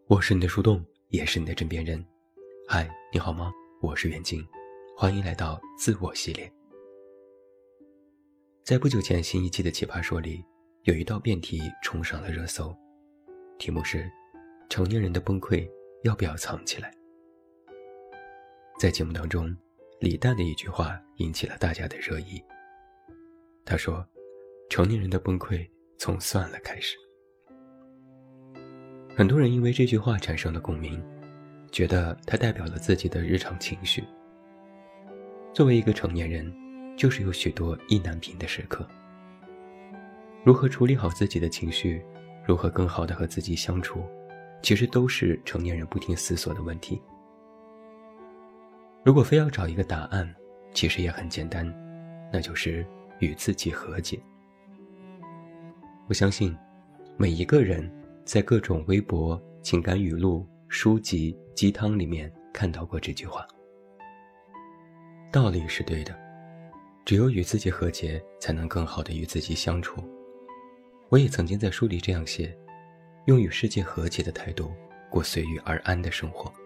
我是你的树洞，也是你的枕边人。嗨，你好吗？我是远近，欢迎来到自我系列。在不久前新一季的奇葩说里，有一道辩题冲上了热搜，题目是成年人的崩溃要不要藏起来。在节目当中，李诞的一句话引起了大家的热议。他说，成年人的崩溃从算了开始。很多人因为这句话产生了共鸣，觉得它代表了自己的日常情绪。作为一个成年人，就是有许多意难平的时刻。如何处理好自己的情绪，如何更好地和自己相处，其实都是成年人不停思索的问题。如果非要找一个答案，其实也很简单，那就是与自己和解。我相信每一个人在各种微博、情感语录、书籍、鸡汤里面看到过这句话。道理是对的，只有与自己和解，才能更好地与自己相处。我也曾经在书里这样写，用与世界和解的态度，过随遇而安的生活。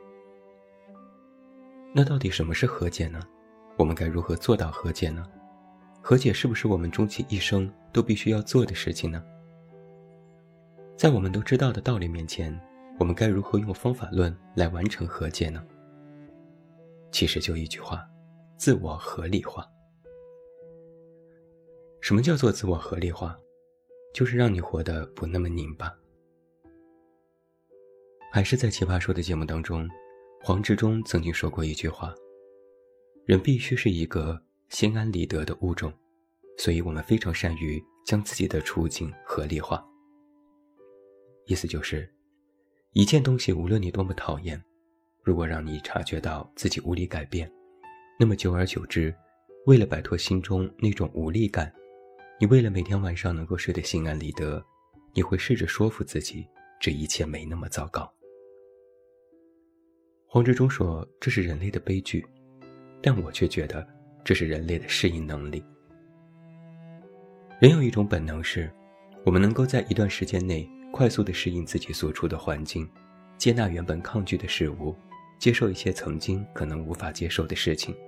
那到底什么是和解呢？我们该如何做到和解呢？和解是不是我们终其一生都必须要做的事情呢？在我们都知道的道理面前，我们该如何用方法论来完成和解呢？其实就一句话，自我合理化。什么叫做自我合理化？就是让你活得不那么拧巴。还是在奇葩说的节目当中，黄执中曾经说过一句话，人必须是一个心安理得的物种，所以我们非常善于将自己的处境合理化。意思就是，一件东西无论你多么讨厌，如果让你察觉到自己无力改变，那么久而久之，为了摆脱心中那种无力感，你为了每天晚上能够睡得心安理得，你会试着说服自己，这一切没那么糟糕。黄执中说，这是人类的悲剧，但我却觉得这是人类的适应能力。人有一种本能是，我们能够在一段时间内快速地适应自己所处的环境，接纳原本抗拒的事物，接受一些曾经可能无法接受的事情。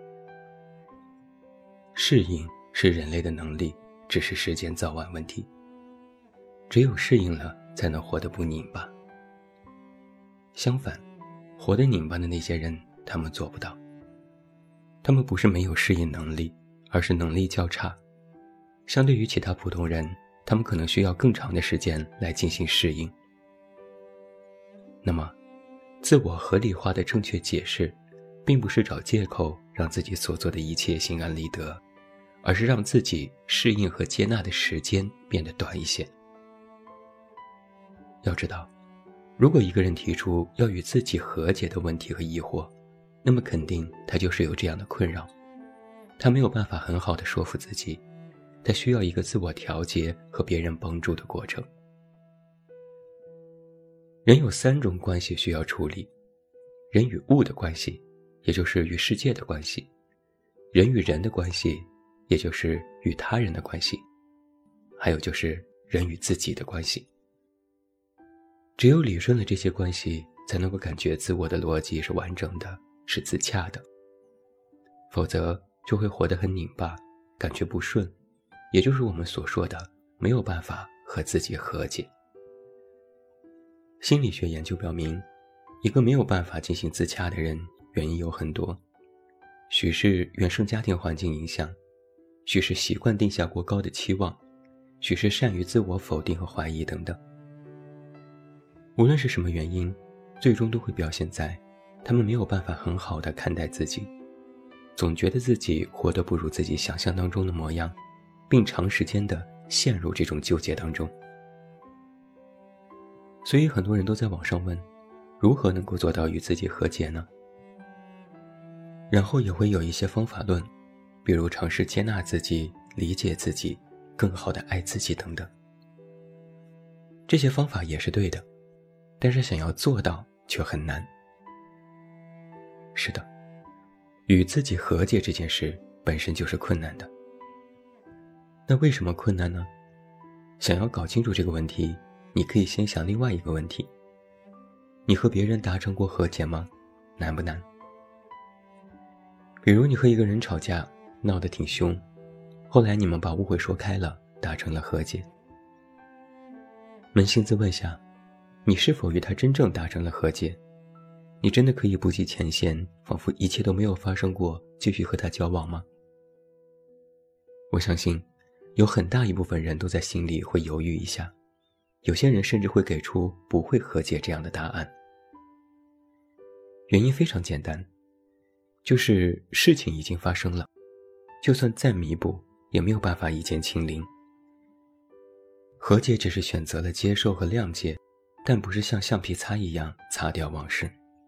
适应是人类的能力，只是时间早晚问题。只有适应了，才能活得不拧巴。相反，活得拧巴的那些人，他们做不到。他们不是没有适应能力，而是能力较差。相对于其他普通人，他们可能需要更长的时间来进行适应。那么，自我合理化的正确解释，并不是找借口让自己所做的一切心安理得，而是让自己适应和接纳的时间变得短一些。要知道，如果一个人提出要与自己和解的问题和疑惑，那么肯定他就是有这样的困扰，他没有办法很好地说服自己，他需要一个自我调节和别人帮助的过程。人有3种关系需要处理，人与物的关系，也就是与世界的关系；人与人的关系，也就是与他人的关系；还有就是人与自己的关系。只有理顺了这些关系，才能够感觉自我的逻辑是完整的，是自洽的。否则就会活得很拧巴，感觉不顺，也就是我们所说的没有办法和自己和解。心理学研究表明，一个没有办法进行自洽的人，原因有很多，许是原生家庭环境影响，许是习惯定下过高的期望，许是善于自我否定和怀疑等等。无论是什么原因，最终都会表现在他们没有办法很好地看待自己，总觉得自己活得不如自己想象当中的模样，并长时间地陷入这种纠结当中。所以很多人都在网上问，如何能够做到与自己和解呢？然后也会有一些方法论，比如尝试接纳自己、理解自己、更好地爱自己等等。这些方法也是对的，但是想要做到却很难。是的，与自己和解这件事本身就是困难的。那为什么困难呢？想要搞清楚这个问题，你可以先想另外一个问题， 你和别人达成过和解吗？难不难？比如你和一个人吵架，闹得挺凶，后来你们把误会说开了，达成了和解。扪心自问下，你是否与他真正达成了和解？你真的可以不计前嫌，仿佛一切都没有发生过，继续和他交往吗？我相信有很大一部分人都在心里会犹豫一下，有些人甚至会给出不会和解这样的答案。原因非常简单，就是事情已经发生了，就算再弥补也没有办法一键清零。和解只是选择了接受和谅解，但不是像橡皮擦一样擦掉往事。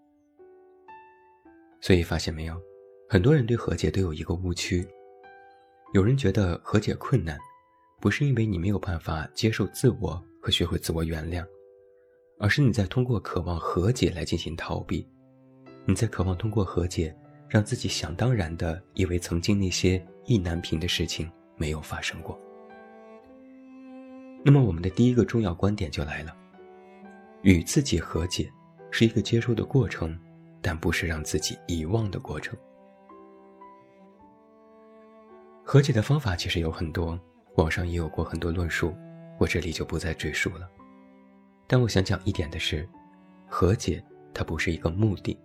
所以发现没有，很多人对和解都有一个误区。有人觉得和解困难，不是因为你没有办法接受自我和学会自我原谅，而是你在通过渴望和解来进行逃避。你在渴望通过和解，让自己想当然地以为曾经那些意难平的事情没有发生过。那么我们的第一个重要观点就来了，与自己和解是一个接受的过程，但不是让自己遗忘的过程。和解的方法其实有很多，网上也有过很多论述，我这里就不再赘述了。但我想讲一点的是，和解它不是一个目的。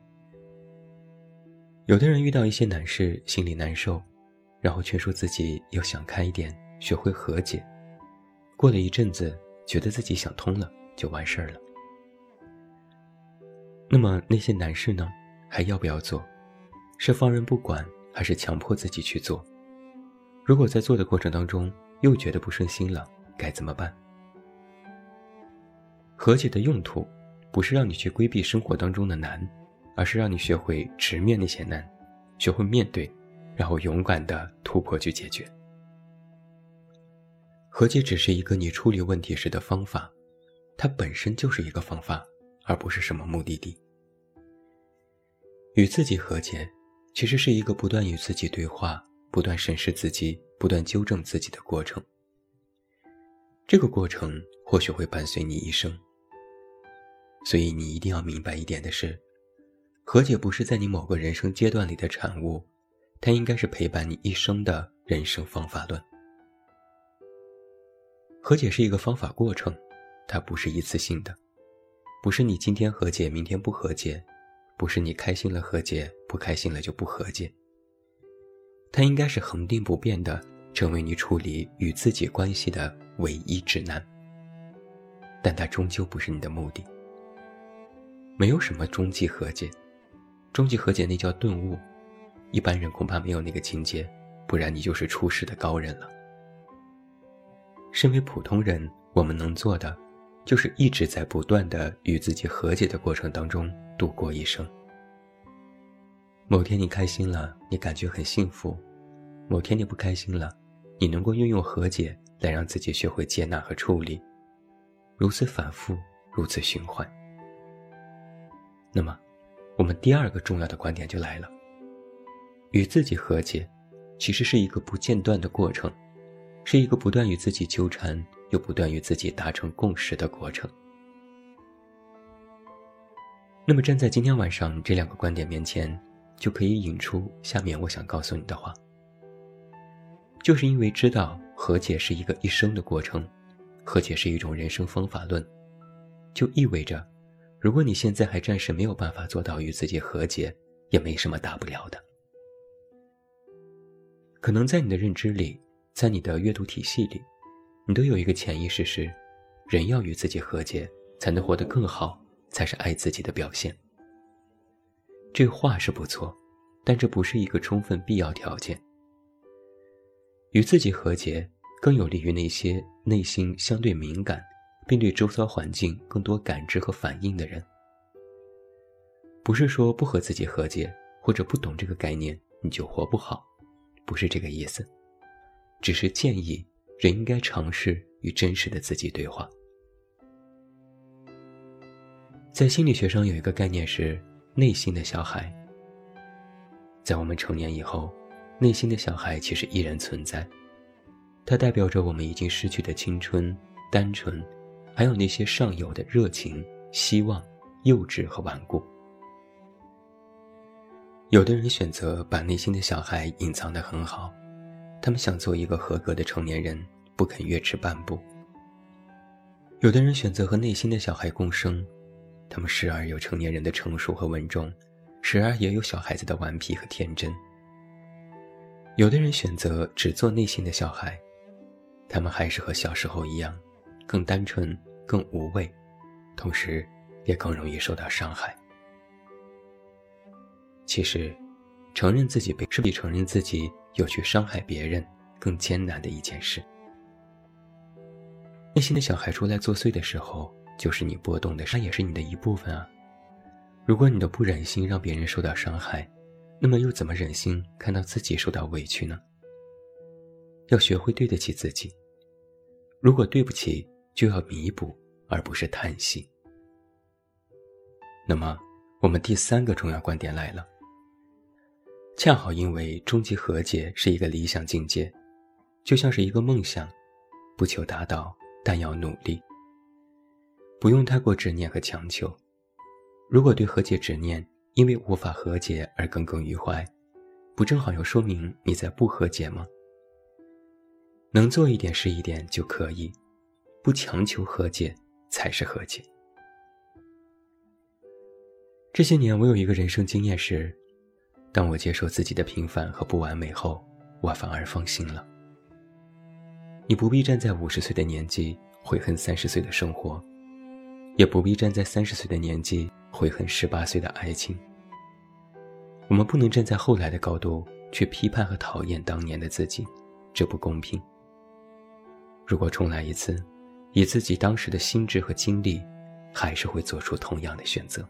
有的人遇到一些难事，心里难受，然后劝说自己要想开一点，学会和解。过了一阵子，觉得自己想通了，就完事儿了。那么那些难事呢，还要不要做？是放任不管，还是强迫自己去做？如果在做的过程当中又觉得不顺心了，该怎么办？和解的用途不是让你去规避生活当中的难，而是让你学会直面那些难，学会面对，然后勇敢地突破去解决。和解只是一个你处理问题时的方法，它本身就是一个方法，而不是什么目的地。与自己和解，其实是一个不断与自己对话，不断审视自己，不断纠正自己的过程。这个过程或许会伴随你一生。所以你一定要明白一点的是，和解不是在你某个人生阶段里的产物，它应该是陪伴你一生的人生方法论。和解是一个方法过程，它不是一次性的，不是你今天和解明天不和解，不是你开心了和解，不开心了就不和解。它应该是恒定不变的，成为你处理与自己关系的唯一指南。但它终究不是你的目的。没有什么终极和解，终极和解那叫顿悟，一般人恐怕没有那个境界，不然你就是出世的高人了。身为普通人，我们能做的就是一直在不断的与自己和解的过程当中度过一生。某天你开心了，你感觉很幸福；某天你不开心了，你能够运用和解来让自己学会接纳和处理，如此反复，如此循环。那么我们第二个重要的观点就来了，与自己和解其实是一个不间断的过程，是一个不断与自己纠缠又不断与自己达成共识的过程。那么站在今天晚上这两个观点面前，就可以引出下面我想告诉你的话。就是因为知道和解是一个一生的过程，和解是一种人生方法论，就意味着如果你现在还暂时没有办法做到与自己和解，也没什么大不了的。可能在你的认知里，在你的阅读体系里，你都有一个潜意识是，人要与自己和解，才能活得更好，才是爱自己的表现。这话是不错，但这不是一个充分必要条件。与自己和解，更有利于那些内心相对敏感，并对周遭环境更多感知和反应的人。不是说不和自己和解，或者不懂这个概念，你就活不好，不是这个意思。只是建议人应该尝试与真实的自己对话。在心理学上有一个概念是内心的小孩。在我们成年以后，内心的小孩其实依然存在，它代表着我们已经失去的青春、单纯，还有那些尚有的热情、希望， 幼稚和顽固。有的人选择把内心的小孩隐藏得很好，他们想做一个合格的成年人，不肯越迟半步。有的人选择和内心的小孩共生，他们时而有成年人的成熟和稳重，时而也有小孩子的顽皮和天真。有的人选择只做内心的小孩，他们还是和小时候一样，更单纯，更无畏，同时也更容易受到伤害。其实，承认自己是比承认自己有去伤害别人更艰难的一件事。内心的小孩出来作祟的时候，就是你波动的，它也是你的一部分啊。如果你都不忍心让别人受到伤害，那么又怎么忍心看到自己受到委屈呢？要学会对得起自己，如果对不起，就要弥补，而不是叹息。那么，我们第3个重要观点来了。恰好因为终极和解是一个理想境界，就像是一个梦想，不求达到，但要努力。不用太过执念和强求。如果对和解执念，因为无法和解而耿耿于怀，不正好要说明你在不和解吗？能做一点是一点就可以，不强求和解才是和解。这些年我有一个人生经验是，当我接受自己的平凡和不完美后，我反而放心了。你不必站在50岁的年纪悔恨30岁的生活，也不必站在30岁的年纪悔恨18岁的爱情。我们不能站在后来的高度去批判和讨厌当年的自己，这不公平。如果重来一次，以自己当时的心智和经历，还是会做出同样的选择。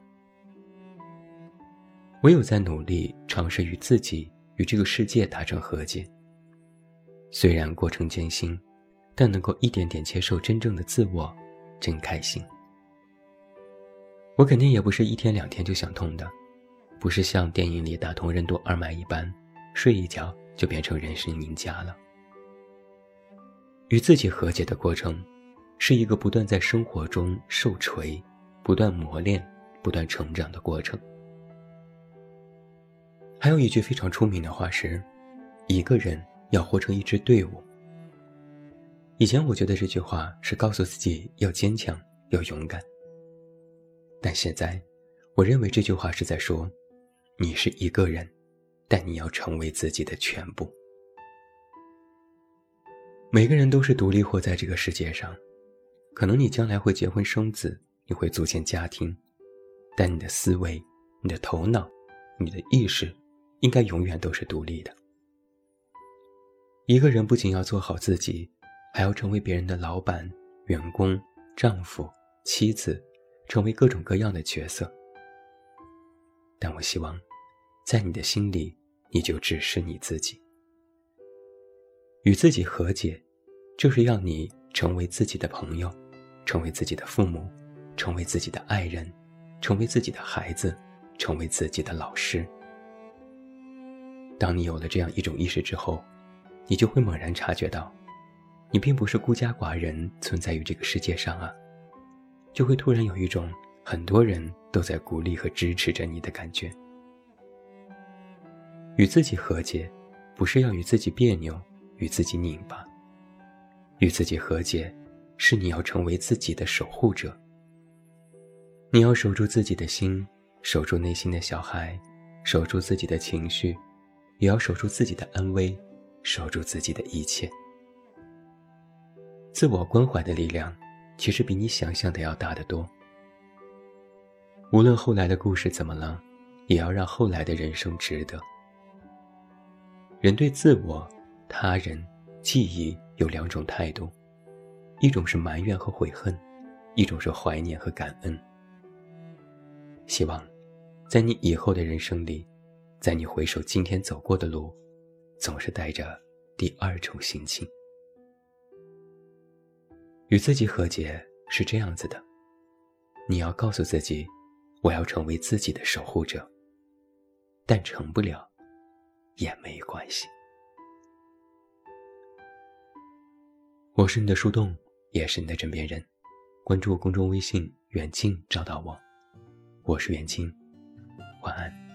唯有在努力尝试与自己与这个世界达成和解，虽然过程艰辛，但能够一点点接受真正的自我，真开心。我肯定也不是1天2天就想通的，不是像电影里打通任督二脉一般，睡一觉就变成人生赢家了。与自己和解的过程，是一个不断在生活中受锤，不断磨练，不断成长的过程。还有一句非常出名的话是，一个人要活成一支队伍。以前我觉得这句话是告诉自己要坚强，要勇敢。但现在，我认为这句话是在说，你是一个人，但你要成为自己的全部。每个人都是独立活在这个世界上，可能你将来会结婚生子，你会组建家庭，但你的思维、你的头脑、你的意识，应该永远都是独立的。一个人不仅要做好自己，还要成为别人的老板、员工、丈夫、妻子，成为各种各样的角色。但我希望，在你的心里，你就只是你自己。与自己和解，就是要你成为自己的朋友，成为自己的父母，成为自己的爱人，成为自己的孩子，成为自己的老师。当你有了这样一种意识之后，你就会猛然察觉到，你并不是孤家寡人存在于这个世界上啊，就会突然有一种很多人都在鼓励和支持着你的感觉。与自己和解，不是要与自己别扭，与自己拧巴。与自己和解，是你要成为自己的守护者。你要守住自己的心，守住内心的小孩，守住自己的情绪，也要守住自己的安危，守住自己的一切。自我关怀的力量，其实比你想象的要大得多。无论后来的故事怎么了，也要让后来的人生值得。人对自我、他人、记忆有2种态度，一种是埋怨和悔恨，一种是怀念和感恩。希望在你以后的人生里，在你回首今天走过的路，总是带着第2种心情。与自己和解是这样子的，你要告诉自己，我要成为自己的守护者，但成不了也没关系。我是你的树洞，也是你的枕边人。关注公众微信远近找到我。 我是袁清，晚安。